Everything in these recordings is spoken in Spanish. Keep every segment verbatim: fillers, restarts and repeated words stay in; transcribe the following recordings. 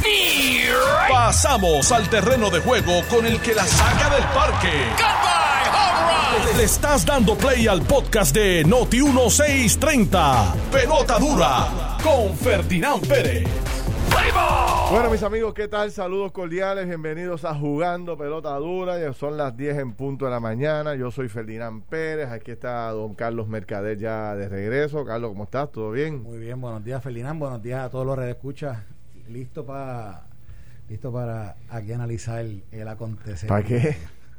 Pasamos al terreno de juego con el que la saca del parque. Le estás dando play al podcast de Noti dieciséis treinta. Pelota dura con Ferdinand Pérez. Bueno, mis amigos, ¿qué tal? Saludos cordiales, bienvenidos a Jugando Pelota Dura. Ya son las diez en punto de la mañana. Yo soy Ferdinand Pérez. Aquí está don Carlos Mercader ya de regreso. Carlos, ¿cómo estás? ¿Todo bien? Muy bien, buenos días, Ferdinand. Buenos días a todos los redescuchas. Listo para listo para aquí analizar el, el acontecer. ¿Para qué?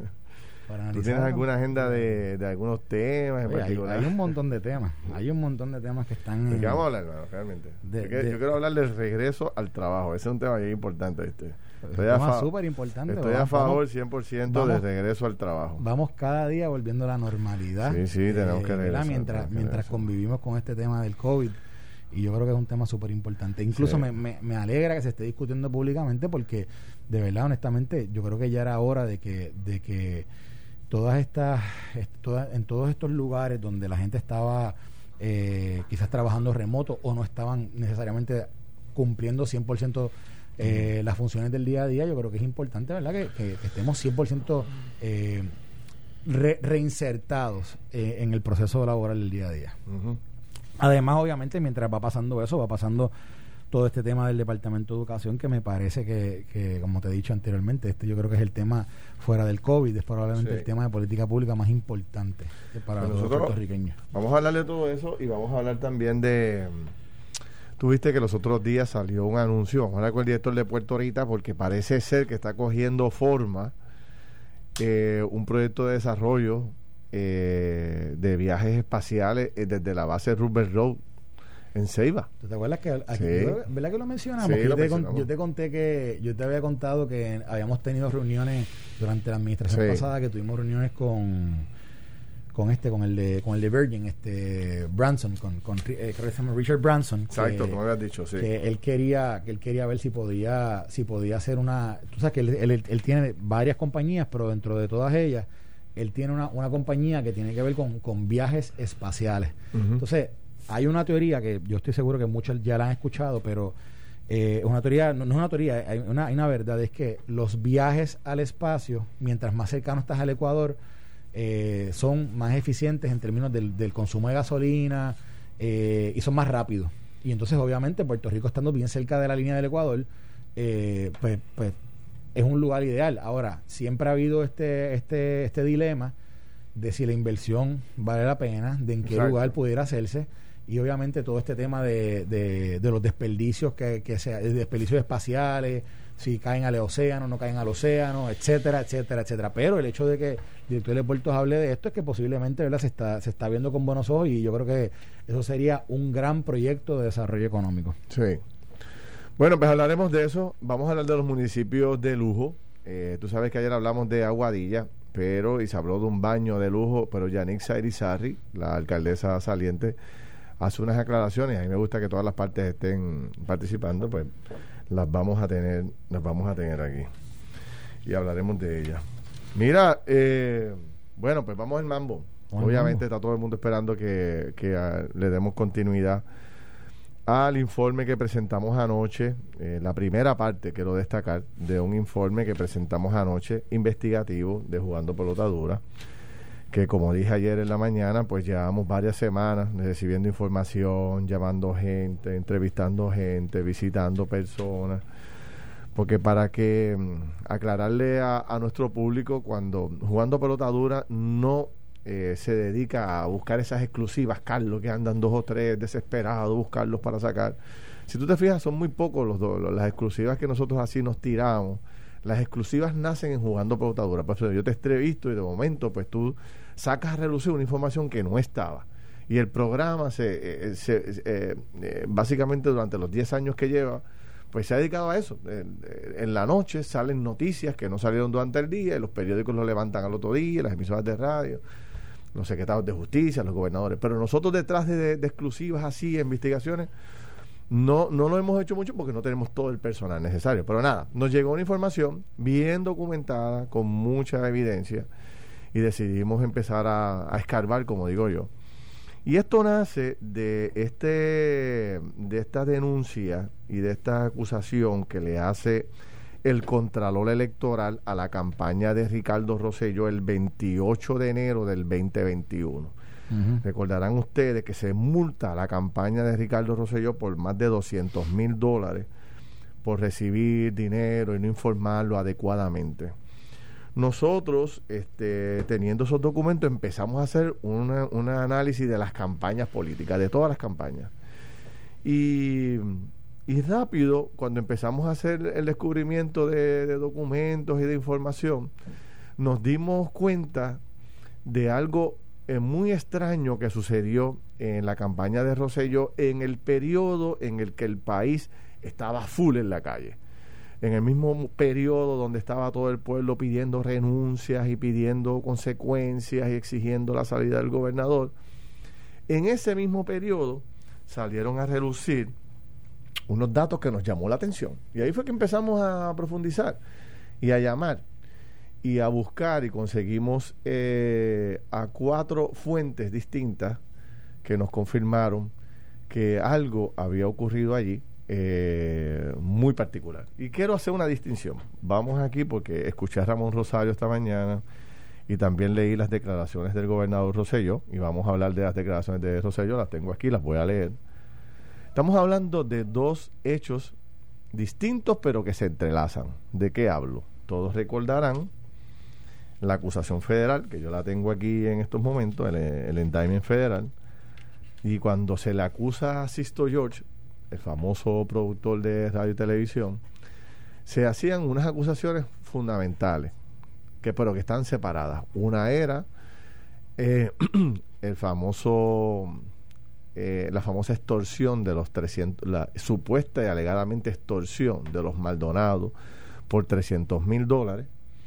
Para ¿Tú tienes alguna agenda de, de algunos temas en Oye, particular? Hay, hay un montón de temas. Hay un montón de temas que están... ¿De qué vamos a hablar, hermano, realmente? De, yo, quiero, de, yo quiero hablar del regreso al trabajo. Ese es un tema bien importante, ¿viste? Estoy un tema súper importante. Estoy a favor cien por ciento del regreso al trabajo. Vamos cada día volviendo a la normalidad. Sí, sí, tenemos eh, que regresar. Mientras, que mientras regresar. convivimos con este tema del COVID. Y yo creo que es un tema súper importante. Incluso sí. me, me, me alegra que se esté discutiendo públicamente porque, de verdad, honestamente, yo creo que ya era hora de que... de que todas estas todas, en todos estos lugares donde la gente estaba eh, quizás trabajando remoto o no estaban necesariamente cumpliendo cien por ciento eh, las funciones del día a día, yo creo que es importante, ¿verdad? Que, que, que estemos cien por ciento eh, re, reinsertados eh, en el proceso laboral del día a día. Uh-huh. Además, obviamente, mientras va pasando eso, va pasando todo este tema del Departamento de Educación, que me parece que, que, como te he dicho anteriormente, este yo creo que es el tema fuera del COVID, es probablemente sí. el tema de política pública más importante para bueno, los puertorriqueños. Vamos a hablar de todo eso y vamos a hablar también de... Tuviste que los otros días salió un anuncio, vamos a hablar con el director de Puerto Rica, porque parece ser que está cogiendo forma eh, un proyecto de desarrollo eh, de viajes espaciales eh, desde la base Rupert Road en Ceiba. ¿Tú te acuerdas que aquí, sí. ¿verdad que lo mencionamos? Sí, que yo, lo te mencionamos. Con, yo te conté que yo te había contado que habíamos tenido reuniones durante la administración sí. pasada, que tuvimos reuniones con con este con el de con el de Virgin, este Branson, con, con eh, creo que se llama Richard Branson. Exacto, que, como habías dicho, sí. Que él quería que él quería ver si podía si podía hacer una, tú sabes que él, él, él tiene varias compañías, pero dentro de todas ellas él tiene una, una compañía que tiene que ver con, con viajes espaciales. Uh-huh. Entonces hay una teoría que yo estoy seguro que muchos ya la han escuchado, pero es eh, una teoría, no, no es una teoría, hay una, hay una verdad, es que los viajes al espacio, mientras más cercano estás al Ecuador, eh, son más eficientes en términos del, del consumo de gasolina eh, y son más rápidos. Y entonces, obviamente, Puerto Rico estando bien cerca de la línea del Ecuador, eh, pues, pues es un lugar ideal. Ahora, siempre ha habido este, este, este dilema de si la inversión vale la pena, de en qué Exacto. lugar pudiera hacerse. Y obviamente todo este tema de, de, de los desperdicios que, que sea, de desperdicios espaciales, si caen al océano, no caen al océano, etcétera, etcétera, etcétera. Pero el hecho de que el director de puertos hable de esto es que posiblemente, ¿verdad?, se está, se está viendo con buenos ojos, y yo creo que eso sería un gran proyecto de desarrollo económico. Sí. Bueno, pues hablaremos de eso. Vamos a hablar de los municipios de lujo. Eh, tú sabes que ayer hablamos de Aguadilla, pero y se habló de un baño de lujo, pero Yanixa Irizarry, la alcaldesa saliente, hace unas aclaraciones. A mí me gusta que todas las partes estén participando, pues las vamos a tener, las vamos a tener aquí y hablaremos de ellas. Mira, eh, bueno, pues vamos al mambo. Bueno, obviamente mambo. Está todo el mundo esperando que, que a, le demos continuidad al informe que presentamos anoche, eh, la primera parte, quiero destacar, de un informe que presentamos anoche, investigativo, de Jugando Pelota Dura, que como dije ayer en la mañana, pues llevamos varias semanas recibiendo información, llamando gente, entrevistando gente, visitando personas, porque para que aclararle a, a nuestro público, cuando Jugando Pelota Dura no eh, se dedica a buscar esas exclusivas, Carlos, que andan dos o tres desesperados buscarlos para sacar. Si tú te fijas, son muy pocos los dos, las exclusivas que nosotros así nos tiramos. Las exclusivas nacen en Jugando Pelota Dura. Por eso yo te entrevisto y de momento pues tú sacas a relucir una información que no estaba. Y el programa se, eh, se eh, eh, básicamente durante los diez años que lleva, pues se ha dedicado a eso. Eh, eh, en la noche salen noticias que no salieron durante el día y los periódicos lo levantan al otro día, las emisoras de radio, los secretarios de justicia, los gobernadores. Pero nosotros detrás de, de, de exclusivas así, investigaciones, No, no lo hemos hecho mucho porque no tenemos todo el personal necesario. Pero nada, nos llegó una información bien documentada, con mucha evidencia, y decidimos empezar a, a escarbar, como digo yo. Y esto nace de este de esta denuncia y de esta acusación que le hace el Contralor Electoral a la campaña de Ricardo Rosselló el veintiocho de enero del veinte veintiuno. Uh-huh. Recordarán ustedes que se multa a la campaña de Ricardo Rosselló por más de doscientos mil dólares por recibir dinero y no informarlo adecuadamente. Nosotros, este, teniendo esos documentos, empezamos a hacer una, un análisis de las campañas políticas, de todas las campañas. Y, y rápido, cuando empezamos a hacer el descubrimiento de, de documentos y de información, nos dimos cuenta de algo eh, muy extraño que sucedió en la campaña de Rosselló en el periodo en el que el país estaba full en la calle. En el mismo periodo donde estaba todo el pueblo pidiendo renuncias y pidiendo consecuencias y exigiendo la salida del gobernador, en ese mismo periodo salieron a relucir unos datos que nos llamó la atención. Y ahí fue que empezamos a profundizar y a llamar y a buscar, y conseguimos eh, a cuatro fuentes distintas que nos confirmaron que algo había ocurrido allí Eh, muy particular. Y quiero hacer una distinción. Vamos aquí porque escuché a Ramón Rosario esta mañana y también leí las declaraciones del gobernador Rosselló, y vamos a hablar de las declaraciones de Rosselló. Las tengo aquí, las voy a leer. Estamos hablando de dos hechos distintos pero que se entrelazan. ¿De qué hablo? Todos recordarán la acusación federal, que yo la tengo aquí en estos momentos, el, el indictment federal, y cuando se le acusa a Sisto George, el famoso productor de radio y televisión, se hacían unas acusaciones fundamentales, que pero que están separadas. Una era eh, el famoso eh, la famosa extorsión de los trescientos, la supuesta y alegadamente extorsión de los Maldonado por trescientos mil dólares,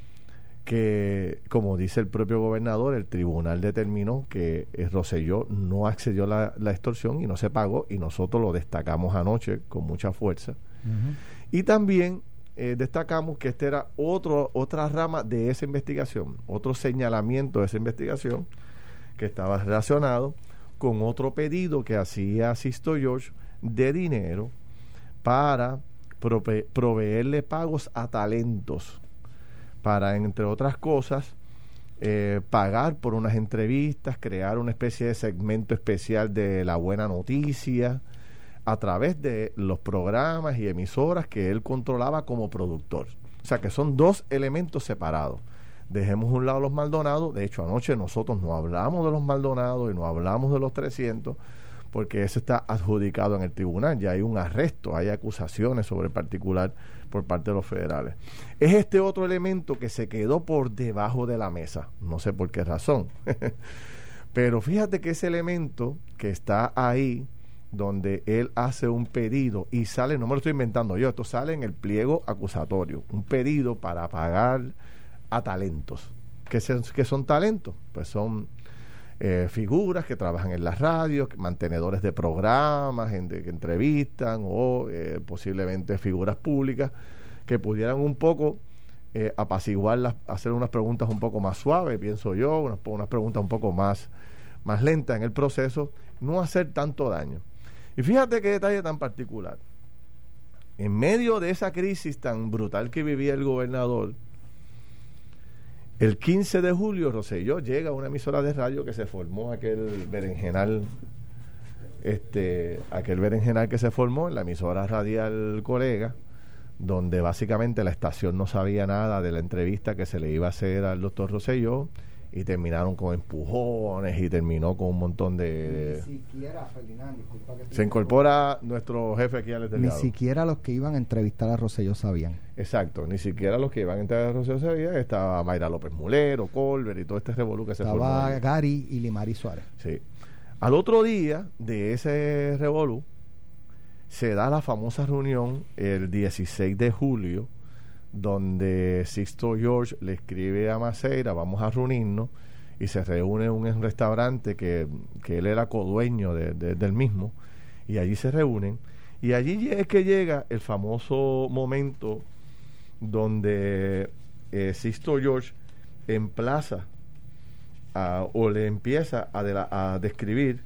que, como dice el propio gobernador, el tribunal determinó que eh, Rosselló no accedió a la, la extorsión y no se pagó, y nosotros lo destacamos anoche con mucha fuerza. Uh-huh. Y también eh, destacamos que esta era otro, otra rama de esa investigación, otro señalamiento de esa investigación que estaba relacionado con otro pedido que hacía Sisto George de dinero para prove- proveerle pagos a talentos, para, entre otras cosas, eh, pagar por unas entrevistas, crear una especie de segmento especial de La Buena Noticia a través de los programas y emisoras que él controlaba como productor. O sea que son dos elementos separados. Dejemos a un lado los Maldonado. De hecho, anoche nosotros no hablamos de los Maldonado y no hablamos de los trescientos, porque eso está adjudicado en el tribunal. Ya hay un arresto, hay acusaciones sobre el particular por parte de los federales. Es este otro elemento que se quedó por debajo de la mesa, no sé por qué razón. Pero fíjate que ese elemento que está ahí, donde él hace un pedido y sale, no me lo estoy inventando yo, esto sale en el pliego acusatorio, un pedido para pagar a talentos. ¿Qué, se, qué son talentos? Pues son Eh, figuras que trabajan en las radios, mantenedores de programas, en, de, que entrevistan, o eh, posiblemente figuras públicas que pudieran un poco eh, apaciguarlas, hacer unas preguntas un poco más suaves, pienso yo, unas, unas preguntas un poco más, más lentas en el proceso, no hacer tanto daño. Y fíjate qué detalle tan particular. En medio de esa crisis tan brutal que vivía el gobernador, el quince de julio, Rosselló llega a una emisora de radio que se formó, aquel berenjenal, este, aquel berenjenal que se formó en la emisora radial Colega, donde básicamente la estación no sabía nada de la entrevista que se le iba a hacer al doctor Rosselló, y terminaron con empujones y terminó con un montón de... Ni siquiera, Ferdinand, disculpa que se incorpora nuestro jefe aquí al Delgado. Ni siquiera los que iban a entrevistar a Rosselló sabían. Exacto, ni siquiera los que iban a entrevistar a Rosselló sabían. Estaba Mayra López Mulero, Colbert y todo este revolú que se formó. Estaba Gary y Limari Suárez. Sí. Al otro día de ese revolú se da la famosa reunión el dieciséis de julio, donde Sisto George le escribe a Maceira, vamos a reunirnos, y se reúne en un restaurante que, que él era codueño de, de, del mismo, y allí se reúnen, y allí es que llega el famoso momento donde eh, Sisto George emplaza a, o le empieza a, de la, a describir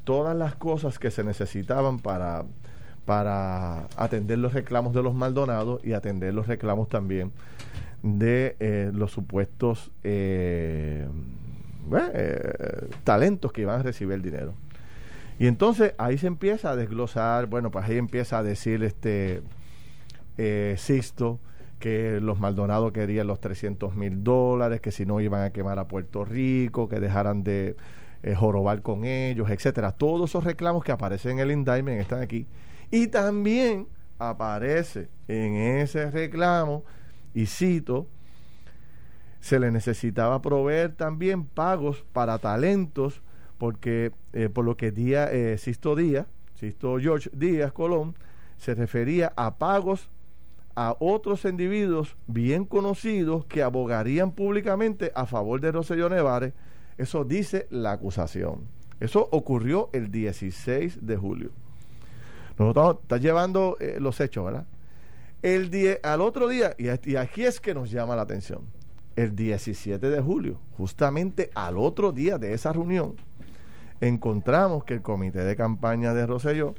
todas las cosas que se necesitaban para, para atender los reclamos de los Maldonados y atender los reclamos también de eh, los supuestos eh, eh, talentos que iban a recibir el dinero. Y entonces ahí se empieza a desglosar, bueno, pues ahí empieza a decir este eh, Sixto que los Maldonado querían los trescientos mil dólares, que si no iban a quemar a Puerto Rico, que dejaran de eh, jorobar con ellos, etcétera. Todos esos reclamos que aparecen en el indictment están aquí. Y también aparece en ese reclamo, y cito, se le necesitaba proveer también pagos para talentos, porque eh, por lo que Díaz, eh, Sixto Díaz, Sixto George Díaz Colón, se refería a pagos a otros individuos bien conocidos que abogarían públicamente a favor de Rosselló Nevares. Eso dice la acusación. Eso ocurrió el dieciséis de julio. Nosotros estamos llevando eh, los hechos, ¿verdad? El die, al otro día, y, y aquí es que nos llama la atención, el diecisiete de julio, justamente al otro día de esa reunión, encontramos que el comité de campaña de Rosselló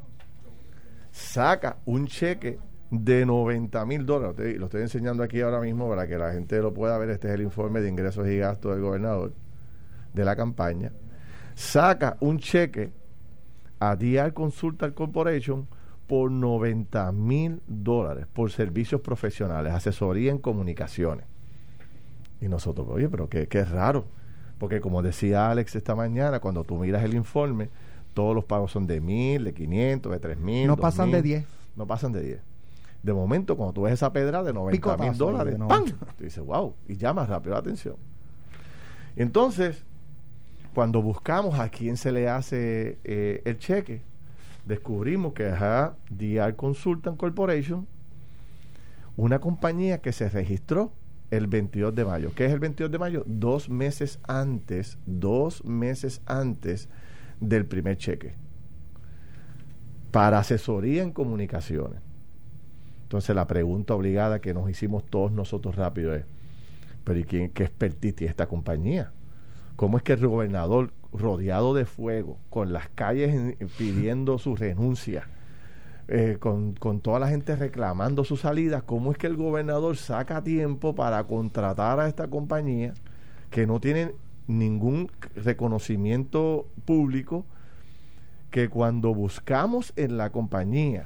saca un cheque de noventa mil dólares. Lo estoy enseñando aquí ahora mismo para que la gente lo pueda ver. Este es el informe de ingresos y gastos del gobernador de la campaña. Saca un cheque a D R Consultant Corporation por noventa mil dólares por servicios profesionales, asesoría en comunicaciones. Y nosotros, oye, pero qué, qué raro, porque como decía Alex esta mañana, cuando tú miras el informe, todos los pagos son de mil, de quinientos, de tres mil. No pasan de diez. No pasan de diez. De momento, cuando tú ves esa pedra de noventa mil dólares, ¡pam! Tú dices, wow, y llama rápido la atención. Entonces, cuando buscamos a quién se le hace eh, el cheque, descubrimos que es a D R Consultant Corporation, una compañía que se registró el veintidós de mayo. ¿Qué es el veintidós de mayo? Dos meses antes, dos meses antes del primer cheque, para asesoría en comunicaciones. Entonces la pregunta obligada que nos hicimos todos nosotros rápido es, pero ¿y quién, qué expertise tiene esta compañía? ¿Cómo es que el gobernador, rodeado de fuego, con las calles en, pidiendo su renuncia, eh, con, con toda la gente reclamando su salida, cómo es que el gobernador saca tiempo para contratar a esta compañía que no tiene ningún reconocimiento público, que cuando buscamos en la compañía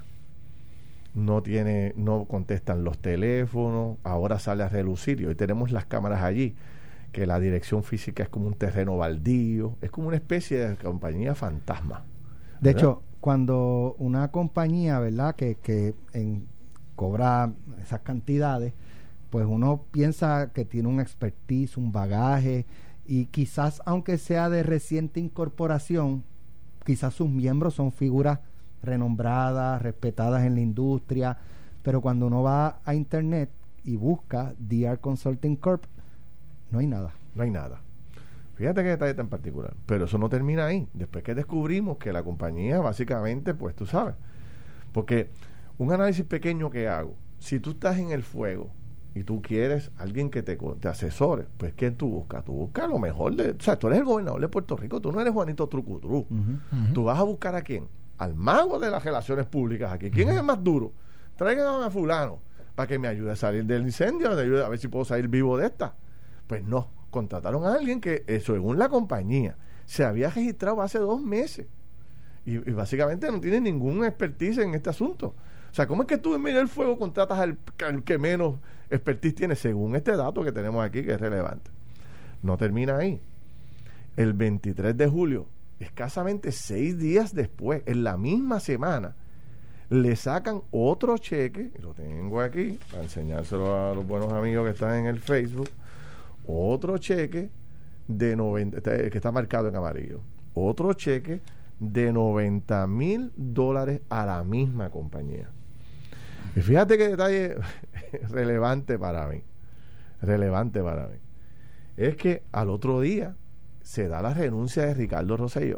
no tiene, no contestan los teléfonos, ahora sale a relucir, y hoy tenemos las cámaras allí, que la dirección física es como un terreno baldío, es como una especie de compañía fantasma, ¿verdad? De hecho, cuando una compañía, ¿verdad?, que, que en, cobra esas cantidades, pues uno piensa que tiene un expertise, un bagaje, y quizás, aunque sea de reciente incorporación, quizás sus miembros son figuras renombradas, respetadas en la industria, pero cuando uno va a internet y busca D R Consulting Corp, no hay nada. No hay nada. Fíjate qué detalle tan particular. Pero eso no termina ahí. Después que descubrimos que la compañía, básicamente, pues tú sabes, porque un análisis pequeño que hago, si tú estás en el fuego y tú quieres alguien que te, te asesore, pues ¿quién tú buscas? Tú buscas lo mejor de... O sea, tú eres el gobernador de Puerto Rico, tú no eres Juanito Trucutru. Uh-huh, uh-huh. Tú vas a buscar a quién, al mago de las relaciones públicas aquí. ¿Quién uh-huh. es el más duro? Traigan a fulano para que me ayude a salir del incendio, me ayude a ver si puedo salir vivo de esta. Pues no, contrataron a alguien que, eh, según la compañía, se había registrado hace dos meses y, y básicamente no tiene ningún expertise en este asunto. O sea, ¿cómo es que tú en medio del fuego contratas al, al que menos expertise tiene, según este dato que tenemos aquí, que es relevante? No termina ahí. El veintitrés de julio, escasamente seis días después, en la misma semana, le sacan otro cheque, y lo tengo aquí para enseñárselo a los buenos amigos que están en el Facebook, otro cheque de noventa, que está marcado en amarillo, otro cheque de noventa mil dólares a la misma compañía. Y fíjate qué detalle relevante para mí, relevante para mí, es que al otro día se da la renuncia de Ricardo Rosselló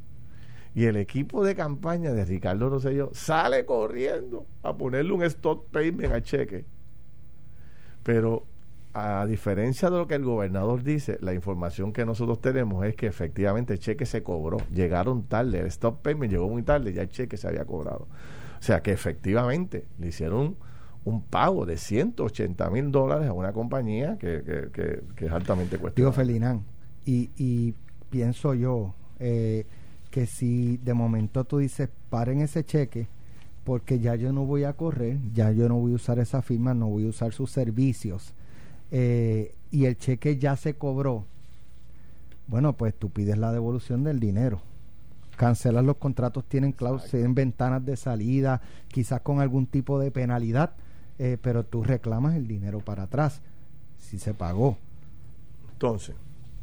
y el equipo de campaña de Ricardo Rosselló sale corriendo a ponerle un stop payment al cheque, pero a diferencia de lo que el gobernador dice, la información que nosotros tenemos es que efectivamente el cheque se cobró, llegaron tarde, el stop payment llegó muy tarde, ya el cheque se había cobrado. O sea que efectivamente le hicieron un pago de ciento ochenta mil dólares a una compañía que, que, que, que es altamente cuestionable. Digo, Ferdinand, y, y pienso yo eh, que si de momento tú dices, paren ese cheque, porque ya yo no voy a correr, ya yo no voy a usar esa firma, no voy a usar sus servicios, eh, y el cheque ya se cobró, bueno, pues tú pides la devolución del dinero. Cancelas los contratos, tienen cláusulas, tienen ventanas de salida, quizás con algún tipo de penalidad, eh, pero tú reclamas el dinero para atrás si se pagó. Entonces,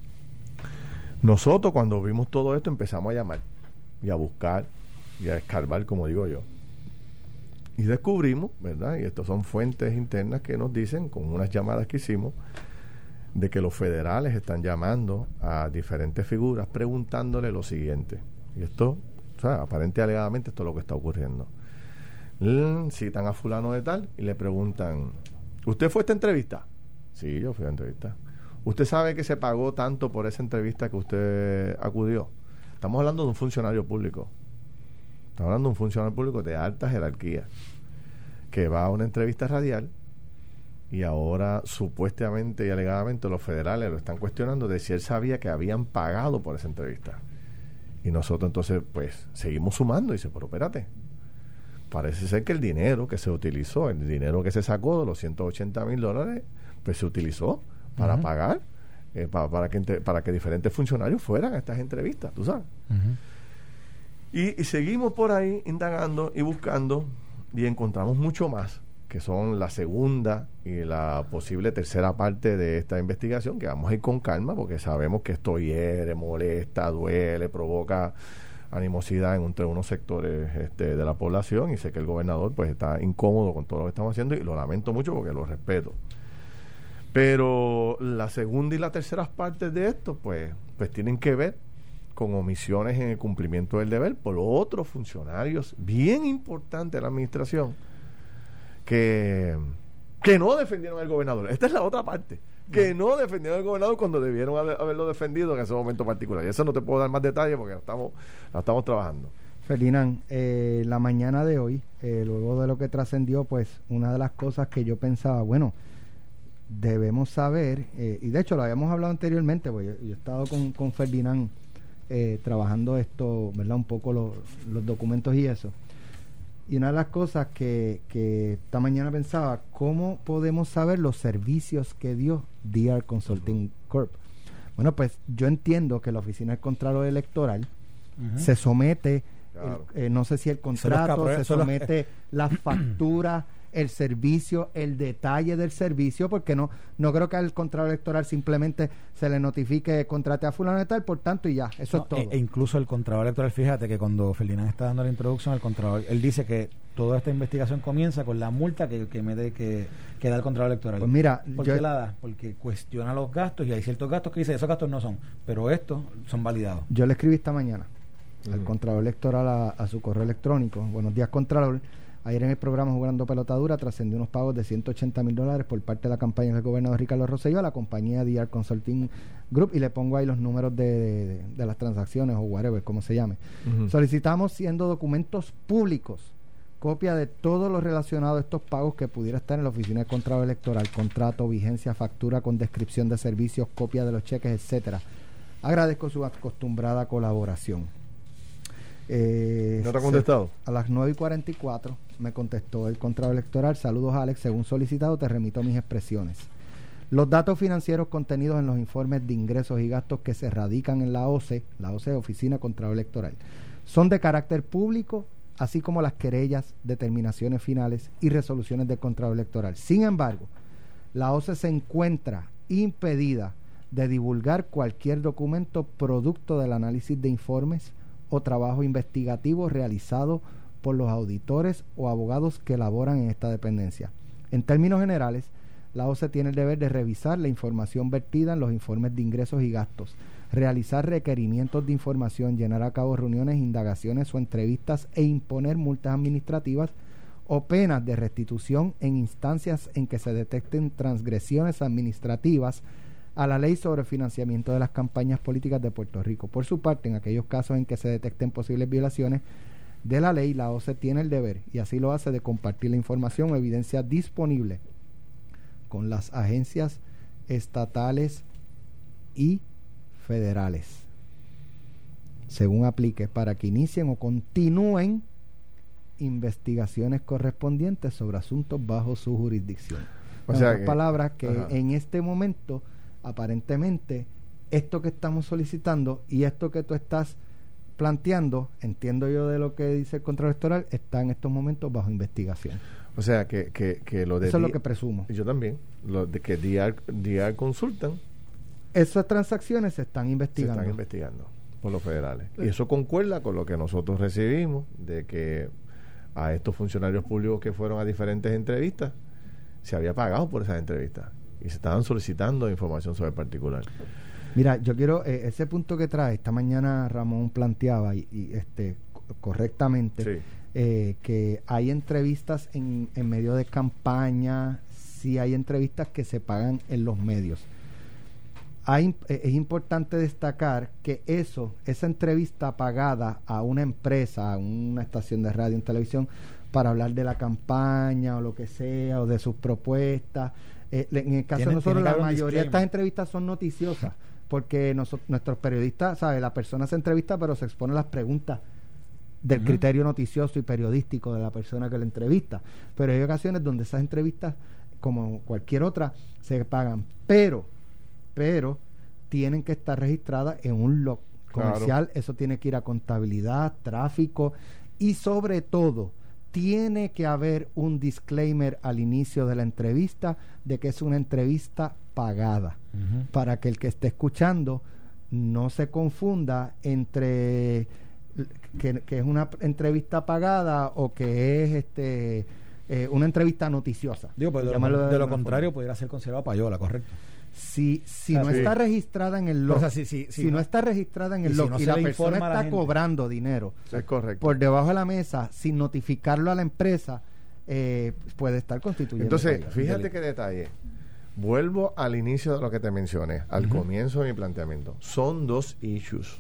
nosotros cuando vimos todo esto empezamos a llamar y a buscar y a escarbar, como digo yo, y descubrimos, ¿verdad? Y estas son fuentes internas que nos dicen, con unas llamadas que hicimos, de que los federales están llamando a diferentes figuras preguntándole lo siguiente. Y esto, o sea, aparente alegadamente esto es lo que está ocurriendo. Mm, citan a fulano de tal y le preguntan, ¿usted fue a esta entrevista? Sí, yo fui a la entrevista. ¿Usted sabe que se pagó tanto por esa entrevista que usted acudió? Estamos hablando de un funcionario público. Estamos hablando de un funcionario público de alta jerarquía que va a una entrevista radial y ahora supuestamente y alegadamente los federales lo están cuestionando de si él sabía que habían pagado por esa entrevista. Y nosotros entonces pues seguimos sumando y dice, pero espérate, parece ser que el dinero que se utilizó, el dinero que se sacó de los ciento ochenta mil dólares, pues se utilizó para uh-huh. pagar, eh, para, para, que, para que diferentes funcionarios fueran a estas entrevistas, tú sabes. Uh-huh. Y, y seguimos por ahí indagando y buscando y encontramos mucho más, que son la segunda y la posible tercera parte de esta investigación, que vamos a ir con calma porque sabemos que esto hiere, molesta, duele, provoca animosidad en entre unos sectores este, de la población, y sé que el gobernador pues está incómodo con todo lo que estamos haciendo y lo lamento mucho porque lo respeto. Pero la segunda y la tercera partes de esto pues, pues tienen que ver con omisiones en el cumplimiento del deber por otros funcionarios bien importantes de la administración que, que no defendieron al gobernador. Esta es la otra parte, que no defendieron al gobernador cuando debieron haber, haberlo defendido en ese momento particular. Y eso no te puedo dar más detalles porque la estamos, la estamos trabajando. Ferdinand, eh, la mañana de hoy, eh, luego de lo que trascendió, pues una de las cosas que yo pensaba, bueno, debemos saber, eh, y de hecho lo habíamos hablado anteriormente, porque yo, yo he estado con, con Ferdinand eh, trabajando esto, ¿verdad? Un poco lo, los documentos y eso. Y una de las cosas que, que esta mañana pensaba, ¿cómo podemos saber los servicios que dio D R Consulting Corp? Bueno, pues yo entiendo que la Oficina del Contralor Electoral uh-huh. se somete, claro. el, eh, no sé si el contrato, se somete la factura, el servicio, el detalle del servicio, porque no no creo que al Contralor Electoral simplemente se le notifique contrate a fulano de tal, por tanto, y ya, eso no, es todo. E, e incluso el Contralor Electoral, fíjate que cuando Ferdinand está dando la introducción al Contralor, él dice que toda esta investigación comienza con la multa que, que me de, que, que da el Contralor Electoral. Pues mira, ¿por yo, qué la da? Porque cuestiona los gastos y hay ciertos gastos que dice, esos gastos no son, pero estos son validados. Yo le escribí esta mañana uh-huh. al Contralor Electoral a, a su correo electrónico. Buenos días, Contralor. Ayer en el programa Jugando Pelotadura trascendió unos pagos de ciento ochenta mil dólares por parte de la campaña del gobernador Ricardo Rosselló a la compañía D R Consulting Group, y le pongo ahí los números de, de, de las transacciones o whatever, como se llame. Uh-huh. Solicitamos, siendo documentos públicos, copia de todo lo relacionado a estos pagos que pudiera estar en la Oficina de Contralor Electoral, contrato, vigencia, factura con descripción de servicios, copia de los cheques, etcétera. Agradezco su acostumbrada colaboración. Eh, ¿No te ha contestado? Se, a las nueve y cuarenta y cuatro me contestó el Contralor Electoral. Saludos, Alex. Según solicitado, te remito mis expresiones. Los datos financieros contenidos en los informes de ingresos y gastos que se radican en la O C E, la O C E, Oficina Contralor Electoral, son de carácter público, así como las querellas, determinaciones finales y resoluciones del Contralor Electoral. Sin embargo, la O C E se encuentra impedida de divulgar cualquier documento producto del análisis de informes o trabajo investigativo realizado por los auditores o abogados que elaboran en esta dependencia. En términos generales, la O C E tiene el deber de revisar la información vertida en los informes de ingresos y gastos, realizar requerimientos de información, llenar a cabo reuniones, indagaciones o entrevistas e imponer multas administrativas o penas de restitución en instancias en que se detecten transgresiones administrativas a la ley sobre financiamiento de las campañas políticas de Puerto Rico. Por su parte, en aquellos casos en que se detecten posibles violaciones de la ley, la O C E tiene el deber, y así lo hace, de compartir la información o evidencia disponible con las agencias estatales y federales, según aplique, para que inicien o continúen investigaciones correspondientes sobre asuntos bajo su jurisdicción. O sea, en otras palabras, que ajá. en este momento, aparentemente, esto que estamos solicitando y esto que tú estás planteando, entiendo yo de lo que dice el Contralor Electoral, está en estos momentos bajo investigación. O sea, que, que, que lo de... Eso es lo que presumo. Yo también. Lo de que D R, D R consultan. Esas transacciones se están investigando. Se están investigando por los federales. Sí. Y eso concuerda con lo que nosotros recibimos, de que a estos funcionarios públicos que fueron a diferentes entrevistas, se había pagado por esas entrevistas y se estaban solicitando información sobre el particular. Mira, yo quiero, eh, ese punto que trae, esta mañana Ramón planteaba y, y este correctamente, sí. eh, que hay entrevistas en, en medio de campaña, sí hay entrevistas que se pagan en los medios. Hay, eh, es importante destacar que eso, esa entrevista pagada a una empresa, a una estación de radio, en televisión, para hablar de la campaña o lo que sea, o de sus propuestas, eh, en el caso de nosotros, la mayoría de estas entrevistas son noticiosas, porque nosotros, nuestros periodistas, ¿sabe? La persona se entrevista, pero se expone las preguntas del uh-huh. criterio noticioso y periodístico de la persona que la entrevista. Pero hay ocasiones donde esas entrevistas, como cualquier otra, se pagan, pero pero tienen que estar registradas en un log comercial. Claro. Eso tiene que ir a contabilidad, tráfico, y sobre todo tiene que haber un disclaimer al inicio de la entrevista de que es una entrevista pagada, uh-huh. para que el que esté escuchando no se confunda entre que, que es una entrevista pagada o que es este eh, una entrevista noticiosa. Digo, pues de, lo, de, de lo contrario forma. Pudiera ser considerado payola, correcto. Si, si no sí. está registrada en el log, o sea, si, si, si, si no, no está registrada en el log y, si no y la persona está la cobrando dinero es correcto. por debajo de la mesa sin notificarlo a la empresa, eh, puede estar constituyendo. Entonces, fíjate qué detalle. Vuelvo al inicio de lo que te mencioné, al uh-huh. comienzo de mi planteamiento. Son dos issues.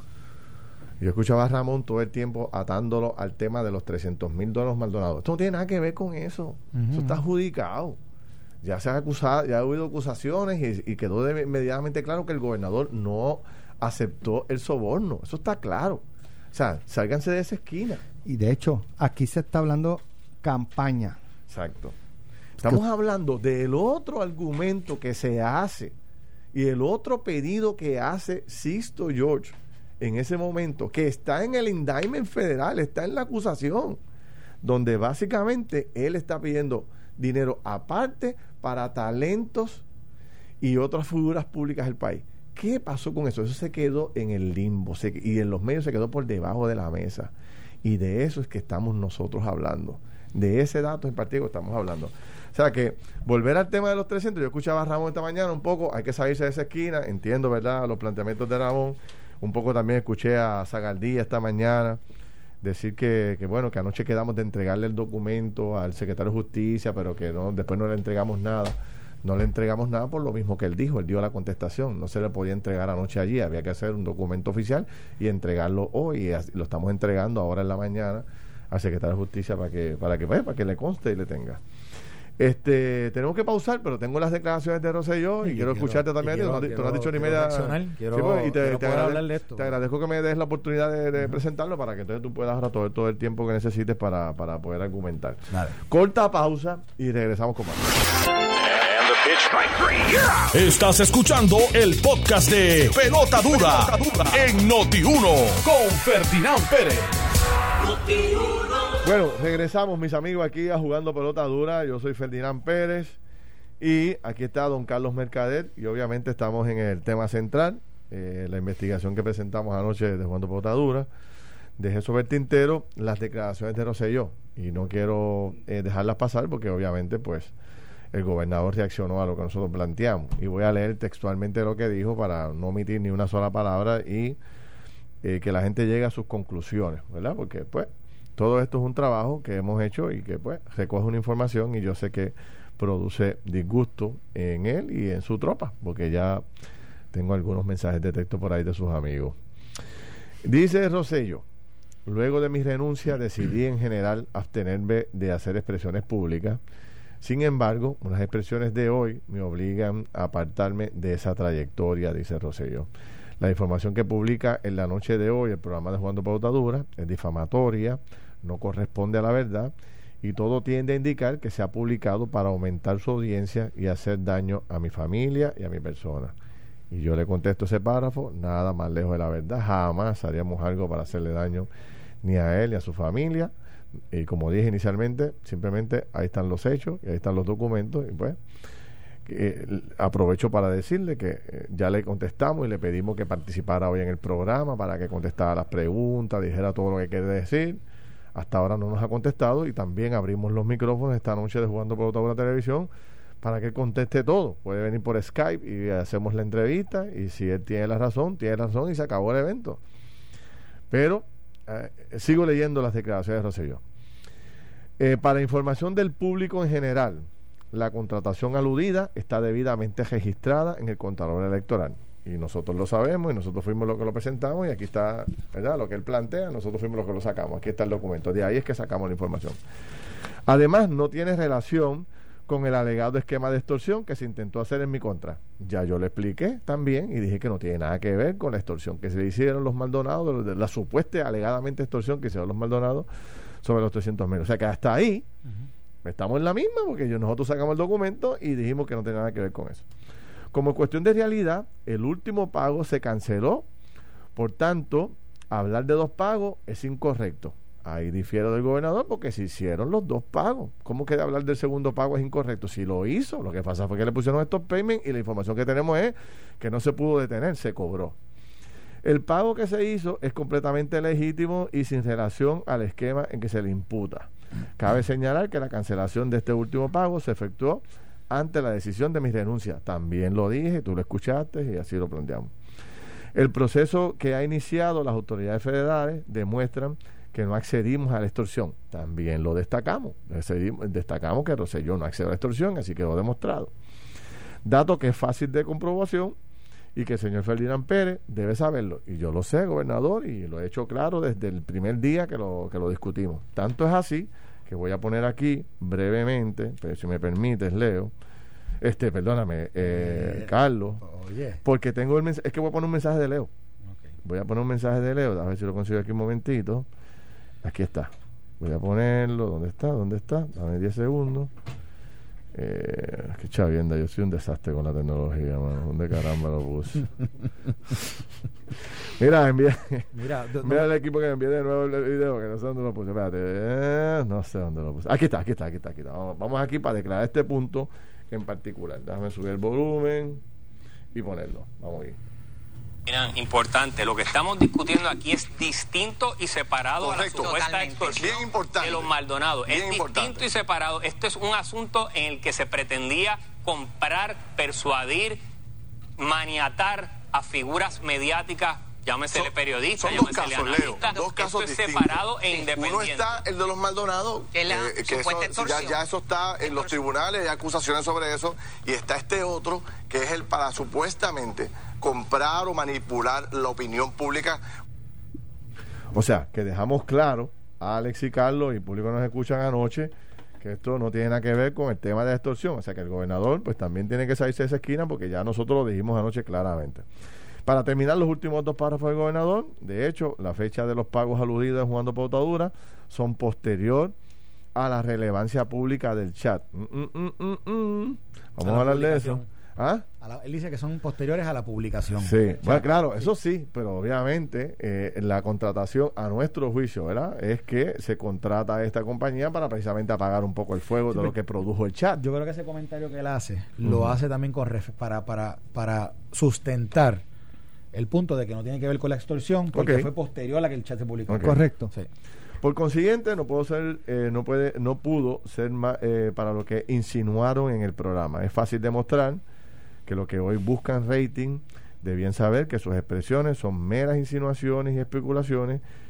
Yo escuchaba a Ramón todo el tiempo atándolo al tema de los trescientos mil dólares Maldonado. Esto no tiene nada que ver con eso. Uh-huh. Eso está adjudicado. Ya se ha acusado, ya ha habido acusaciones y, y quedó de, medianamente claro que el gobernador no aceptó el soborno. Eso está claro. O sea, sálganse de esa esquina. Y de hecho, aquí se está hablando campaña. Exacto. Estamos que... hablando del otro argumento que se hace y el otro pedido que hace Sixto George en ese momento, que está en el indictment federal, está en la acusación, donde básicamente él está pidiendo dinero aparte para talentos y otras figuras públicas del país. ¿Qué pasó con eso? Eso se quedó en el limbo se, y en los medios se quedó por debajo de la mesa, y de eso es que estamos nosotros hablando, de ese dato en particular estamos hablando. O sea que, volver al tema de los trescientos, yo escuchaba a Ramón esta mañana un poco, hay que salirse de esa esquina, entiendo, ¿verdad?, los planteamientos de Ramón. Un poco también escuché a Zagaldía esta mañana decir que, que bueno, que anoche quedamos de entregarle el documento al secretario de Justicia, pero que no, después no le entregamos nada. No le entregamos nada por lo mismo que él dijo, él dio la contestación, no se le podía entregar anoche allí, había que hacer un documento oficial y entregarlo hoy, y así, lo estamos entregando ahora en la mañana al secretario de Justicia para que para que, pues, para que le conste y le tenga. Este, tenemos que pausar, pero tengo las declaraciones de Rosselló y, y quiero, quiero escucharte también. Quiero, no, quiero, tú no has dicho ni media. Quiero, sí, pues, y te, quiero te, poder agrade, hablar de esto. Te agradezco que me des la oportunidad de, de uh-huh. presentarlo para que entonces tú puedas ahora todo, todo el tiempo que necesites para, para poder argumentar. Nada. Corta pausa y regresamos con más. Estás escuchando el podcast de Pelota Dura, Pelota Dura. en Noti uno con Ferdinand Pérez. Bueno, regresamos, mis amigos, aquí a Jugando Pelota Dura. Yo soy Ferdinand Pérez y aquí está don Carlos Mercader, y obviamente estamos en el tema central, eh, la investigación que presentamos anoche de Jugando Pelota Dura. Dejé sobre el tintero las declaraciones de Rosselló y no quiero eh, dejarlas pasar porque obviamente pues el gobernador reaccionó a lo que nosotros planteamos, y voy a leer textualmente lo que dijo para no omitir ni una sola palabra y eh, que la gente llegue a sus conclusiones, ¿verdad? Porque pues todo esto es un trabajo que hemos hecho y que pues recoge una información y yo sé que produce disgusto en él y en su tropa, porque ya tengo algunos mensajes de texto por ahí de sus amigos. Dice Rosello: luego de mi renuncia decidí en general abstenerme de hacer expresiones públicas. Sin embargo, unas expresiones de hoy me obligan a apartarme de esa trayectoria, dice Rosello. La información que publica en la noche de hoy el programa de Jugando Pelota Dura es difamatoria, no corresponde a la verdad y todo tiende a indicar que se ha publicado para aumentar su audiencia y hacer daño a mi familia y a mi persona. Y yo le contesto ese párrafo: nada más lejos de la verdad, jamás haríamos algo para hacerle daño ni a él ni a su familia. Y como dije inicialmente, simplemente ahí están los hechos y ahí están los documentos y pues eh, aprovecho para decirle que eh, ya le contestamos y le pedimos que participara hoy en el programa para que contestara las preguntas, dijera todo lo que quiere decir. Hasta ahora no nos ha contestado y también abrimos los micrófonos esta noche de Jugando Pelota Dura Televisión para que conteste todo. Puede venir por Skype y hacemos la entrevista y si él tiene la razón, tiene la razón y se acabó el evento. Pero Eh, sigo leyendo las declaraciones de Rosselló. Eh, para información del público en general, la contratación aludida está debidamente registrada en el Contralor Electoral y nosotros lo sabemos y nosotros fuimos los que lo presentamos y aquí está, ¿verdad?, lo que él plantea, nosotros fuimos los que lo sacamos, aquí está el documento, de ahí es que sacamos la información. Además, no tiene relación con el alegado esquema de extorsión que se intentó hacer en mi contra. Ya yo le expliqué también y dije que no tiene nada que ver con la extorsión que se le hicieron los Maldonados, la supuesta alegadamente extorsión que hicieron los Maldonados sobre los trescientos mil. O sea que hasta ahí uh-huh. estamos en la misma, porque yo, nosotros sacamos el documento y dijimos que no tenía nada que ver con eso. Como cuestión de realidad, el último pago se canceló, por tanto, hablar de dos pagos es incorrecto. Ahí difiero del gobernador porque se hicieron los dos pagos. ¿Cómo que de hablar del segundo pago es incorrecto? Si lo hizo, lo que pasa fue que le pusieron estos payments y la información que tenemos es que no se pudo detener, se cobró. El pago que se hizo es completamente legítimo y sin relación al esquema en que se le imputa. Cabe señalar que la cancelación de este último pago se efectuó ante la decisión de mi renuncia. También lo dije, tú lo escuchaste y así lo planteamos. El proceso que ha iniciado las autoridades federales demuestran que no accedimos a la extorsión. También lo destacamos. Decidimos, destacamos que Rosselló no accedió a la extorsión, así quedó demostrado. Dato que es fácil de comprobación y que el señor Ferdinand Pérez debe saberlo. Y yo lo sé, gobernador, y lo he hecho claro desde el primer día que lo, que lo discutimos. Tanto es así que voy a poner aquí brevemente, pero si me permites, Leo, este, perdóname, eh, eh, Carlos, oye. porque tengo el mensaje, es que voy a poner un mensaje de Leo. Okay. Voy a poner un mensaje de Leo, a ver si lo consigo aquí un momentito. Aquí está. Voy a ponerlo. ¿Dónde está? ¿Dónde está? Dame diez segundos. Eh, qué chavienda. Yo soy un desastre con la tecnología, mano. ¿Dónde caramba lo puse? Mira, envía. Mira, do, mira no, el equipo que me envió de nuevo el video, que no sé dónde lo puse. Espérate. Eh, no sé dónde lo puse. Aquí está, aquí está, aquí está. Aquí está. Vamos, vamos aquí para declarar este punto en particular. Déjame subir el volumen y ponerlo. Vamos aquí. Importante, lo que estamos discutiendo aquí es distinto y separado. Correcto. A la supuesta extorsión bien importante, de los Maldonados. Es distinto importante. Y separado. Esto es un asunto en el que se pretendía comprar, persuadir, maniatar a figuras mediáticas, llámesele son, periodistas, son dos casos, Leo, dos casos Esto es distintos. Separado e independiente. Uno está el de los Maldonados, que, la, eh, que eso, ya, ya eso está en los tribunales, hay acusaciones sobre eso, y está este otro que es el para supuestamente comprar o manipular la opinión pública. O sea, que dejamos claro a Alex y Carlos y el público nos escuchan anoche que esto no tiene nada que ver con el tema de la extorsión. O sea, que el gobernador pues también tiene que salirse de esa esquina porque ya nosotros lo dijimos anoche claramente. Para terminar los últimos dos párrafos del gobernador, de hecho, la fecha de los pagos aludidos en Jugando Pelota Dura son posterior a la relevancia pública del chat. Mm, mm, mm, mm, mm. Vamos a, a hablar de eso. ¿Ah? A la, él dice que son posteriores a la publicación. Sí, bueno, claro, eso sí, pero obviamente eh, la contratación, a nuestro juicio, ¿verdad?, es que se contrata a esta compañía para precisamente apagar un poco el fuego sí, de lo que produjo el chat. Yo creo que ese comentario que él hace, uh-huh. lo hace también con ref, para, para, para sustentar el punto de que no tiene que ver con la extorsión, porque okay. fue posterior a la que el chat se publicó. Okay. Correcto. Sí. Por consiguiente, no puedo ser, eh, no puede, no pudo ser más, eh, para lo que insinuaron en el programa. Es fácil demostrar que lo que hoy buscan rating, debían saber que sus expresiones son meras insinuaciones y especulaciones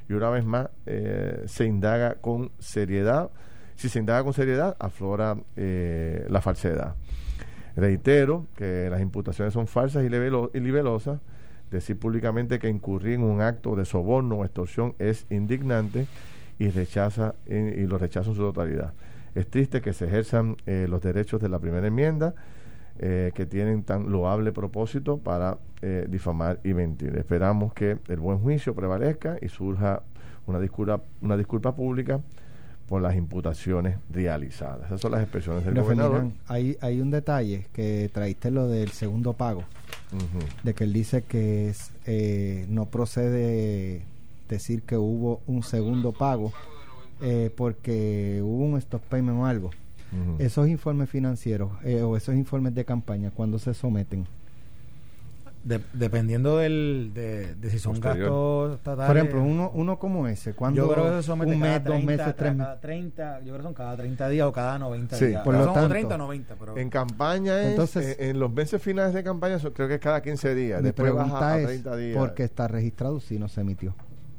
y una vez más eh, se indaga con seriedad. Si se indaga con seriedad, aflora eh, la falsedad. Reitero que las imputaciones son falsas y, libelo- y libelosas. Decir públicamente que incurrir en un acto de soborno o extorsión es indignante y rechaza y, y lo rechaza en su totalidad. Es triste que se ejerzan eh, los derechos de la primera enmienda eh, que tienen tan loable propósito para eh, difamar y mentir. Esperamos que el buen juicio prevalezca y surja una disculpa, una disculpa pública por las imputaciones realizadas. Esas son las expresiones del Pero gobernador. Ferdinand, hay, hay un detalle que traíste, lo del segundo pago, uh-huh. de que él dice que es, eh, no procede decir que hubo un segundo pago eh, porque hubo un stop payment o algo. Uh-huh. Esos informes financieros eh, o esos informes de campaña, ¿cuándo se someten? De, dependiendo del de, de si son posterior. Gastos estatales. Por ejemplo, uno uno como ese, ¿cuándo? Yo creo que se somete un mes, treinta, dos meses, tres meses. Cada treinta, yo creo que son cada treinta días o cada noventa sí, días. Por lo son tanto, treinta o noventa, pero en campaña es, entonces, eh, en los meses finales de campaña son, creo que es cada quince días. Mi Después pregunta baja a es, treinta días. ¿por qué está registrado si no se emitió?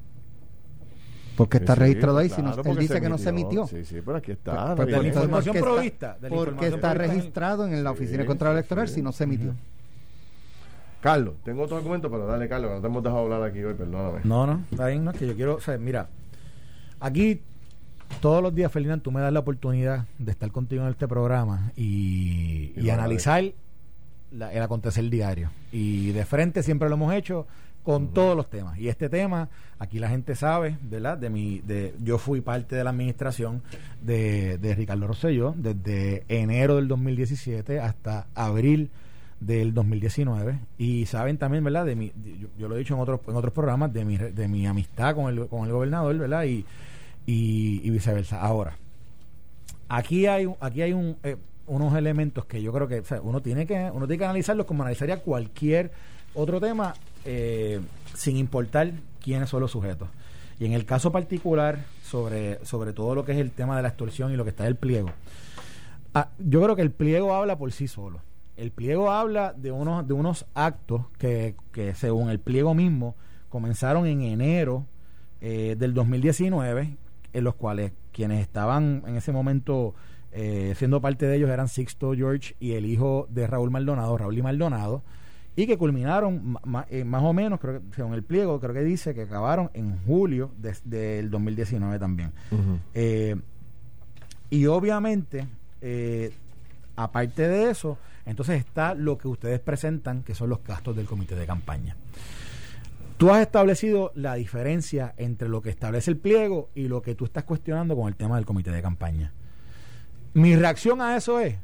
Porque está sí, registrado ahí, claro, si no, él dice que no se emitió. Sí, sí, pero aquí está. Pues, de la información provista. Está, porque está registrado en la Oficina sí, de Control Electoral sí. si no se emitió. Uh-huh. Carlos, tengo otro argumento, pero dale, Carlos, no te hemos dejado hablar aquí hoy, perdóname. No, no, está bien, no, es que yo quiero, o sea, mira, aquí todos los días, Ferdinand, tú me das la oportunidad de estar contigo en este programa y, y, y analizar la, el acontecer diario. Y de frente siempre lo hemos hecho con uh-huh. todos los temas. Y este tema, aquí la gente sabe, ¿verdad? De mi, de, yo fui parte de la administración de, de Ricardo Rosselló desde enero del dos mil diecisiete hasta abril del dos mil diecinueve, y saben también, ¿verdad? De mi, de, yo, yo lo he dicho en otros en otros programas, de mi de mi amistad con el con el gobernador, ¿verdad? Y y, y viceversa. Ahora, aquí hay aquí hay un eh, unos elementos que yo creo que, o sea, uno tiene que uno tiene que analizarlos como analizaría cualquier otro tema, eh, sin importar quiénes son los sujetos. Y en el caso particular, sobre sobre todo lo que es el tema de la extorsión y lo que está en el pliego, ah, yo creo que el pliego habla por sí solo. El pliego habla de unos de unos actos que, que según el pliego mismo comenzaron en enero eh, del dos mil diecinueve, en los cuales quienes estaban en ese momento eh, siendo parte de ellos eran Sixto George y el hijo de Raúl Maldonado, Raúl y Maldonado, y que culminaron ma, eh, más o menos, creo que según el pliego, creo que dice que acabaron en julio de, del dos mil diecinueve también. Uh-huh. Eh, y obviamente, eh, aparte de eso, entonces está lo que ustedes presentan, que son los gastos del comité de campaña. Tú has establecido la diferencia entre lo que establece el pliego y lo que tú estás cuestionando con el tema del comité de campaña. Mi reacción a eso es: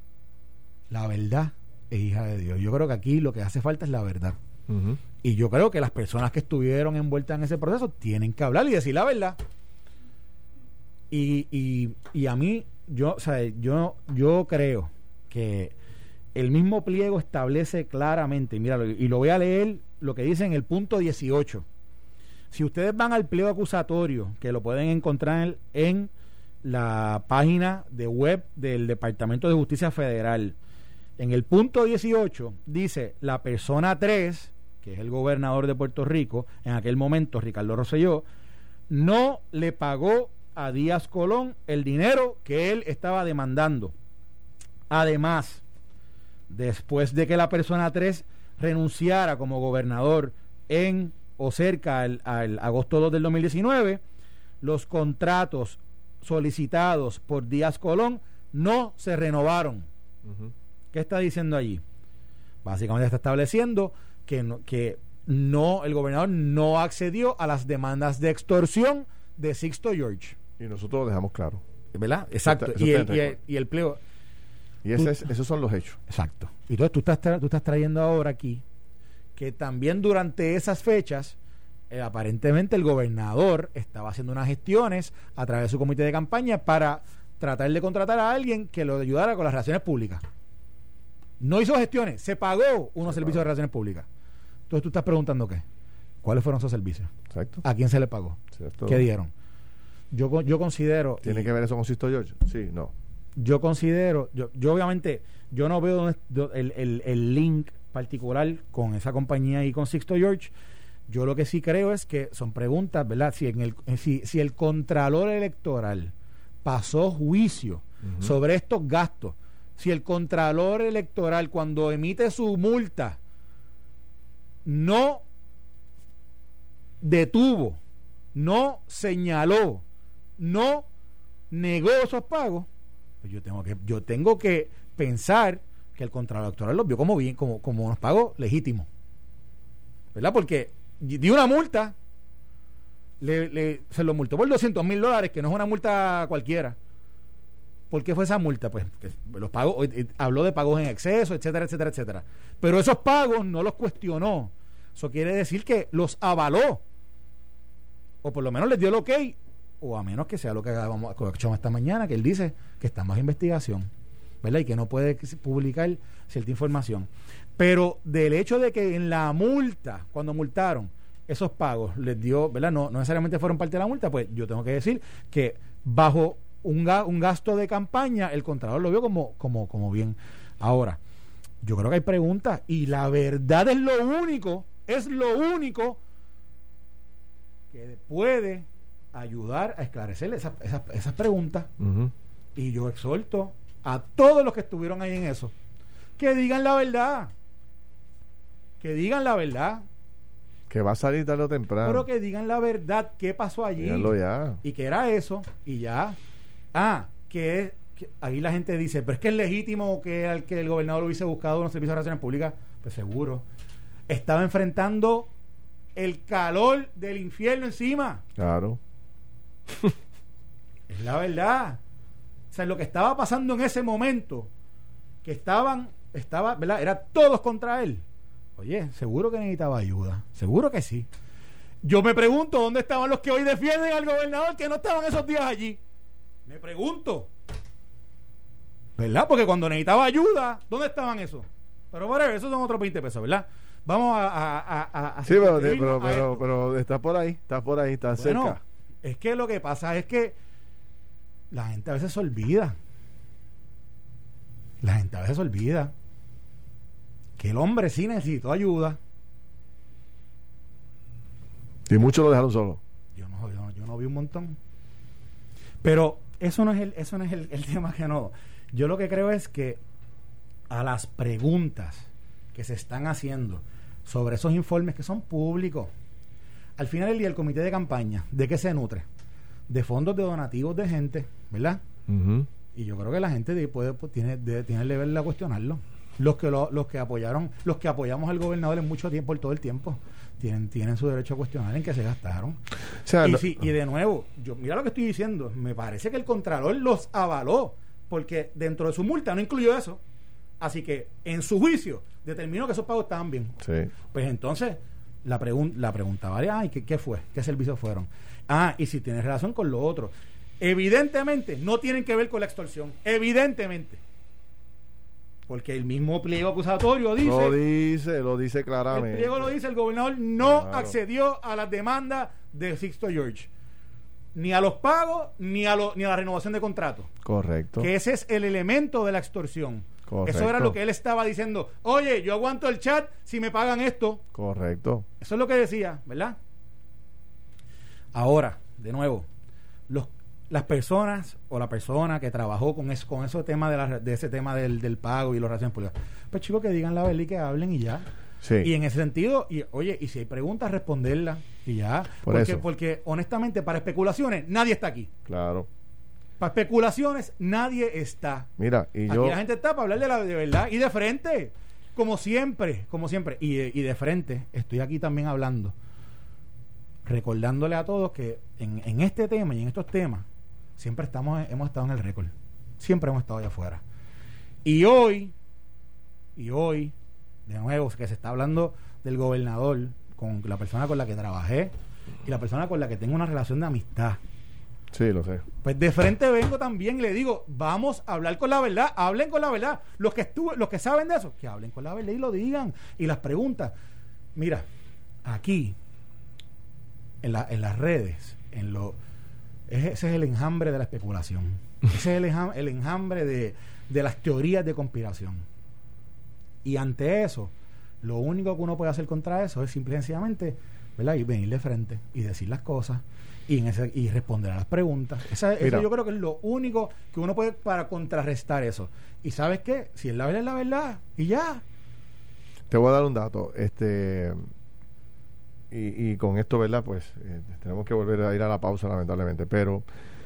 la verdad es hija de Dios. Yo creo que aquí lo que hace falta es la verdad. Uh-huh. Y yo creo que las personas que estuvieron envueltas en ese proceso tienen que hablar y decir la verdad. Y, y, y a mí, yo, o sea, yo, yo creo que el mismo pliego establece claramente, y mira, y lo voy a leer lo que dice en el punto dieciocho. Si ustedes van al pliego acusatorio, que lo pueden encontrar en la página de web del Departamento de Justicia Federal, en el punto dieciocho dice: la persona tres, que es el gobernador de Puerto Rico, en aquel momento Ricardo Rosselló, no le pagó a Díaz Colón el dinero que él estaba demandando. Además, después de que la persona tres renunciara como gobernador en o cerca al, al agosto dos del dos mil diecinueve, los contratos solicitados por Díaz Colón no se renovaron. Uh-huh. ¿Qué está diciendo allí? Básicamente está estableciendo que no, que no, el gobernador no accedió a las demandas de extorsión de Sixto George. Y nosotros lo dejamos claro. ¿Verdad? Exacto. Eso está, eso y, el, y, el, y el pliego. Y ese es, esos son los hechos. Exacto. Y entonces tú estás, tra- tú estás trayendo ahora aquí que también durante esas fechas, eh, aparentemente el gobernador estaba haciendo unas gestiones a través de su comité de campaña para tratar de contratar a alguien que lo ayudara con las relaciones públicas. No hizo gestiones, se pagó unos se servicios pagó. de relaciones públicas. Entonces tú estás preguntando qué. ¿Cuáles fueron esos servicios? Exacto. ¿A quién se le pagó? Cierto. ¿Qué dieron? Yo, yo considero... ¿Tiene y, que ver eso con Sixto George? Sí, no. Yo considero... Yo, yo obviamente, yo no veo el, el, el link particular con esa compañía y con Sixto George. Yo lo que sí creo es que son preguntas, ¿verdad? Si, en el, si, si el Contralor Electoral pasó juicio uh-huh. sobre estos gastos, si el Contralor Electoral cuando emite su multa no detuvo, no señaló, no negó esos pagos, pues yo tengo que, yo tengo que pensar que el Contralor Electoral los vio como bien, como, como unos pagos legítimos, ¿verdad? Porque dio una multa, le, le, se lo multó por doscientos mil dólares, que no es una multa cualquiera. ¿Por qué fue esa multa? Pues los pagos, habló de pagos en exceso, etcétera, etcétera, etcétera. Pero esos pagos no los cuestionó. Eso quiere decir que los avaló. O por lo menos les dio el ok. O a menos que sea lo que hagamos con esta mañana, que él dice que está bajo investigación, ¿verdad? Y que no puede publicar cierta información. Pero del hecho de que en la multa, cuando multaron, esos pagos les dio, ¿verdad? No, no necesariamente fueron parte de la multa, pues yo tengo que decir que bajo Un, ga, un gasto de campaña, el Contralor lo vio como, como, como bien. Ahora, yo creo que hay preguntas y la verdad es lo único, es lo único que puede ayudar a esclarecer esas, esas, esas preguntas. Uh-huh. Y yo exhorto a todos los que estuvieron ahí en eso, que digan la verdad, que digan la verdad. Que va a salir tarde o temprano. Pero que digan la verdad, qué pasó allí. Díganlo ya. Y que era eso, y ya. Ah, que, que ahí la gente dice, pero es que es legítimo que el, que el gobernador hubiese buscado unos servicios de relaciones públicas. Pues seguro. Estaba enfrentando el calor del infierno encima. Claro. Es la verdad. O sea, lo que estaba pasando en ese momento, que estaban, estaba, ¿verdad? Era todos contra él. Oye, seguro que necesitaba ayuda. Seguro que sí. Yo me pregunto, ¿dónde estaban los que hoy defienden al gobernador que no estaban esos días allí? Me pregunto, ¿verdad? Porque cuando necesitaba ayuda, ¿dónde estaban esos? Pero bueno, esos son otros veinte pesos, ¿verdad? Vamos a... a, a, a sí, pero, de, pero, pero, pero está por ahí, está por ahí, está bueno, cerca. Es que lo que pasa es que la gente a veces se olvida. La gente a veces se olvida que el hombre sí necesitó ayuda. Y muchos lo dejaron solo. Yo no, yo no, yo no vi un montón. Pero eso no es el, eso no es el, el tema que no. Yo lo que creo es que a las preguntas que se están haciendo sobre esos informes que son públicos, al final del día el comité de campaña, ¿de qué se nutre? De fondos de donativos de gente, ¿verdad? Uh-huh. Y yo creo que la gente puede, pues, tiene, de, tiene el deber de cuestionarlo. Los que lo, los que apoyaron, los que apoyamos al gobernador en mucho tiempo, por todo el tiempo, tienen, tienen su derecho a cuestionar en qué se gastaron. O sea, y, no, si, y de nuevo, yo mira lo que estoy diciendo, me parece que el Contralor los avaló, porque dentro de su multa no incluyó eso. Así que en su juicio determinó que esos pagos estaban bien. Sí. Pues entonces la, pregun- la pregunta vale, ay, ¿qué, ¿qué fue? ¿Qué servicios fueron? Ah, y si tiene relación con lo otro. Evidentemente no tienen que ver con la extorsión. Evidentemente. Porque el mismo pliego acusatorio dice... Lo dice, lo dice claramente. El pliego lo dice, el gobernador no claro. accedió a las demandas de Sixto George. Ni a los pagos, ni a, lo, ni a la renovación de contrato. Correcto. Que ese es el elemento de la extorsión. Correcto. Eso era lo que él estaba diciendo. Oye, yo aguanto el chat si me pagan esto. Correcto. Eso es lo que decía, ¿verdad? Ahora, de nuevo, los las personas o la persona que trabajó con eso, con ese tema de, la, de ese tema del, del pago y las relaciones públicas, pues chicos, que digan la verdad y que hablen y ya. Sí. Y en ese sentido, y oye, y si hay preguntas, responderlas y ya. Por porque, eso. porque honestamente, para especulaciones, nadie está aquí. Claro. Para especulaciones, nadie está. Mira, y aquí yo... la gente está para hablar de la de verdad y de frente, como siempre, como siempre. Y, y de frente, estoy aquí también hablando, recordándole a todos que en, en este tema y en estos temas, siempre estamos hemos estado en el récord. Siempre hemos estado allá afuera. Y hoy, y hoy, de nuevo, que se está hablando del gobernador con la persona con la que trabajé y la persona con la que tengo una relación de amistad. Sí, lo sé. Pues de frente vengo también y le digo, vamos a hablar con la verdad, hablen con la verdad. Los que estuve, los que saben de eso, que hablen con la verdad y lo digan. Y las preguntas. Mira, aquí, en, la, en las redes, en lo ese es el enjambre de la especulación. Ese es el enjambre, el enjambre de, de las teorías de conspiración. Y ante eso, lo único que uno puede hacer contra eso es simple y sencillamente ¿verdad? Y venir de frente y decir las cosas y, en ese, y responder a las preguntas. Esa, eso yo creo que es lo único que uno puede para contrarrestar eso. Y ¿sabes qué? Si es la verdad, es la verdad. Y ya. Te voy a dar un dato. Este y, y con esto, ¿verdad? Pues eh, tenemos que volver a ir a la pausa, lamentablemente. Pero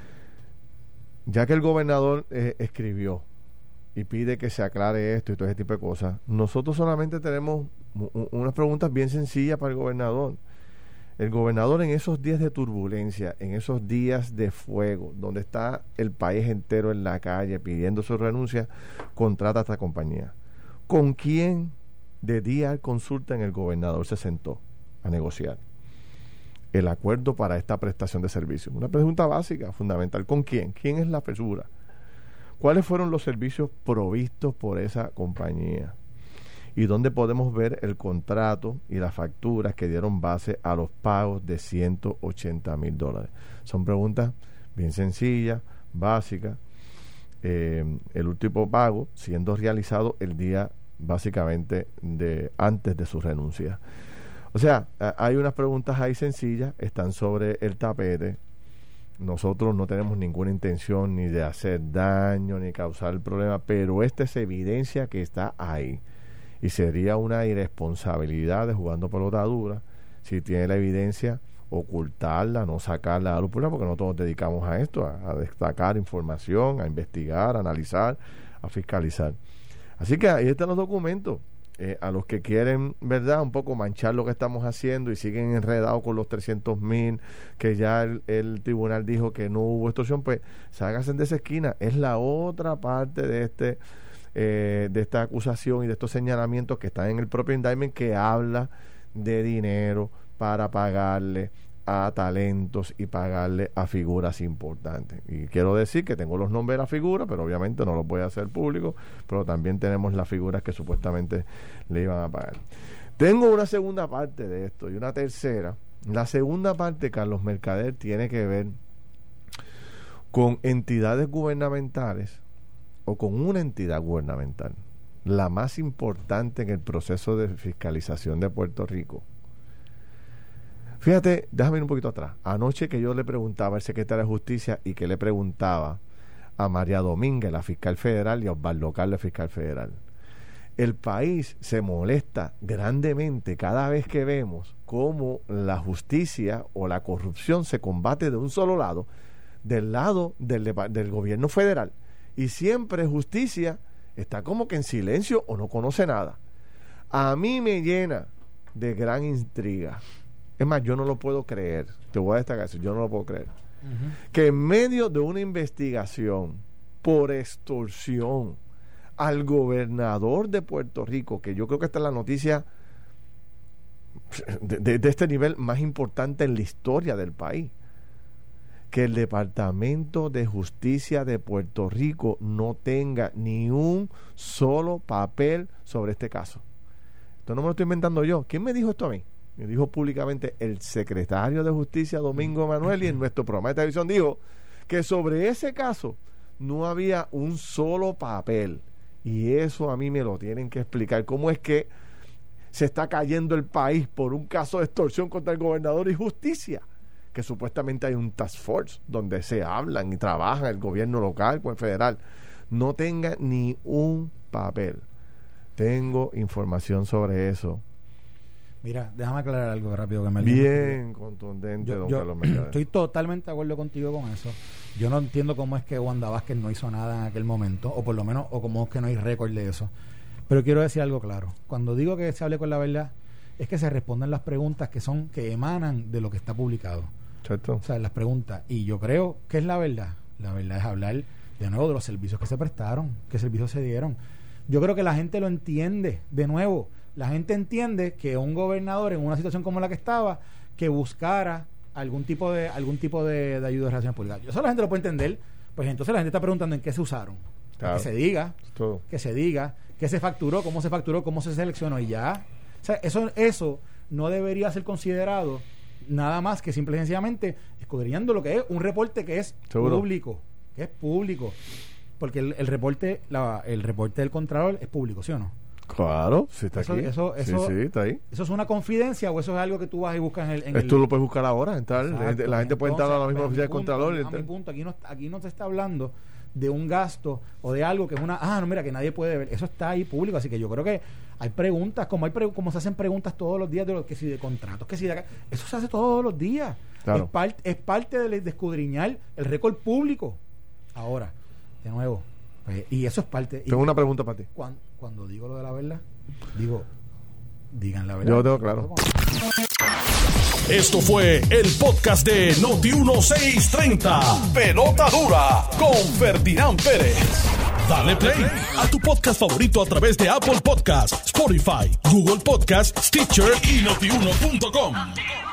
ya que el gobernador eh, escribió y pide que se aclare esto y todo ese tipo de cosas, nosotros solamente tenemos u- unas preguntas bien sencillas para el gobernador. El gobernador en esos días de turbulencia, en esos días de fuego, donde está el país entero en la calle pidiendo su renuncia, contrata a esta compañía. ¿Con quién de día al consulta en el gobernador se sentó a negociar el acuerdo para esta prestación de servicios? Una pregunta básica, fundamental. ¿Con quién? ¿Quién es la figura? ¿Cuáles fueron los servicios provistos por esa compañía? ¿Y dónde podemos ver el contrato y las facturas que dieron base a los pagos de ciento ochenta mil dólares? Son preguntas bien sencillas, básicas. Eh, el último pago siendo realizado el día básicamente de antes de su renuncia. O sea, hay unas preguntas ahí sencillas, están sobre el tapete. Nosotros no tenemos ninguna intención ni de hacer daño ni causar el problema, pero esta es evidencia que está ahí. Y sería una irresponsabilidad de jugando pelota dura si tiene la evidencia, ocultarla, no sacarla a la luz pública, porque nosotros nos dedicamos a esto, a, a destacar información, a investigar, a analizar, a fiscalizar. Así que ahí están los documentos. Eh, a los que quieren, ¿verdad?, un poco manchar lo que estamos haciendo y siguen enredados con los trescientos mil, que ya el, el tribunal dijo que no hubo extorsión, pues ságanse de esa esquina. Es la otra parte de este eh, de esta acusación y de estos señalamientos que están en el propio indictment, que habla de dinero para pagarle a talentos y pagarle a figuras importantes. Y quiero decir que tengo los nombres de la figura, pero obviamente no los voy a hacer público, pero también tenemos las figuras que supuestamente le iban a pagar. Tengo una segunda parte de esto y una tercera. La segunda parte, Carlos Mercader, tiene que ver con entidades gubernamentales o con una entidad gubernamental, la más importante en el proceso de fiscalización de Puerto Rico. Fíjate, déjame ir un poquito atrás. Anoche que yo le preguntaba al secretario de Justicia y que le preguntaba a María Domínguez, la fiscal federal, y a Osvaldo Carles, fiscal federal. El país se molesta grandemente cada vez que vemos cómo la justicia o la corrupción se combate de un solo lado, del lado del, del gobierno federal. Y siempre justicia está como que en silencio o no conoce nada. A mí me llena de gran intriga. Es más, yo no lo puedo creer. Te voy a destacar eso, yo no lo puedo creer. Uh-huh. Que en medio de una investigación por extorsión al gobernador de Puerto Rico, que yo creo que esta es la noticia de, de, de este nivel más importante en la historia del país, que el Departamento de Justicia de Puerto Rico no tenga ni un solo papel sobre este caso. Esto no me lo estoy inventando yo. ¿Quién me dijo esto a mí? Me dijo públicamente el secretario de Justicia, Domingo Emanuel, y en nuestro programa de televisión dijo que sobre ese caso no había un solo papel. Y eso a mí me lo tienen que explicar. ¿Cómo es que se está cayendo el país por un caso de extorsión contra el gobernador y justicia? Que supuestamente hay un task force donde se hablan y trabajan el gobierno local con el federal. No tenga ni un papel. Tengo información sobre eso. Mira, déjame aclarar algo rápido que me bien contundente, yo, don yo Carlos Mercader. Estoy totalmente de acuerdo contigo con eso. Yo no entiendo cómo es que Wanda Vázquez no hizo nada en aquel momento, o por lo menos, o cómo es que no hay récord de eso. Pero quiero decir algo claro. Cuando digo que se hable con la verdad, es que se respondan las preguntas que son, que emanan de lo que está publicado. ¿Cierto? O sea, las preguntas. Y yo creo que es la verdad. La verdad es hablar de nuevo de los servicios que se prestaron, qué servicios se dieron. Yo creo que la gente lo entiende. De nuevo, la gente entiende que un gobernador en una situación como la que estaba, que buscara algún tipo de algún tipo de, de ayuda de relaciones públicas. Eso la gente lo puede entender. Pues entonces la gente está preguntando en qué se usaron. Claro. Que se diga, Todo. que se diga, qué se facturó, cómo se facturó, cómo se seleccionó y ya. O sea, eso, eso no debería ser considerado nada más que simple y sencillamente escudriñando lo que es un reporte que es ¿Seguro? público, que es público. Porque el, el reporte la, el reporte del Contralor es público, ¿sí o no? Claro, sí está eso, aquí. Eso, eso, sí, sí, está ahí. ¿Eso es una confidencia o eso es algo que tú vas y buscas en el...? En Esto el... lo puedes buscar ahora, entrar, Exacto, la gente, la gente puede entrar a la misma oficina del Contralor. A mi punto, aquí no, aquí no se está hablando de un gasto o de algo que es una... Ah, no, mira, que nadie puede ver. Eso está ahí público, así que yo creo que hay preguntas, como hay pre, como se hacen preguntas todos los días de lo que si de contratos, que si de acá, eso se hace todos los días. Claro. Es, part, es parte de, de escudriñar el récord público. Ahora, de nuevo, pues, y eso es parte... Tengo y, una pregunta para ti. Cuando, cuando digo lo de la verdad, digo, digan la verdad. Yo lo tengo claro. Esto fue el podcast de Noti dieciséis treinta. Pelota dura con Ferdinand Pérez. Dale play a tu podcast favorito a través de Apple Podcasts, Spotify, Google Podcasts, Stitcher y notiuno punto com.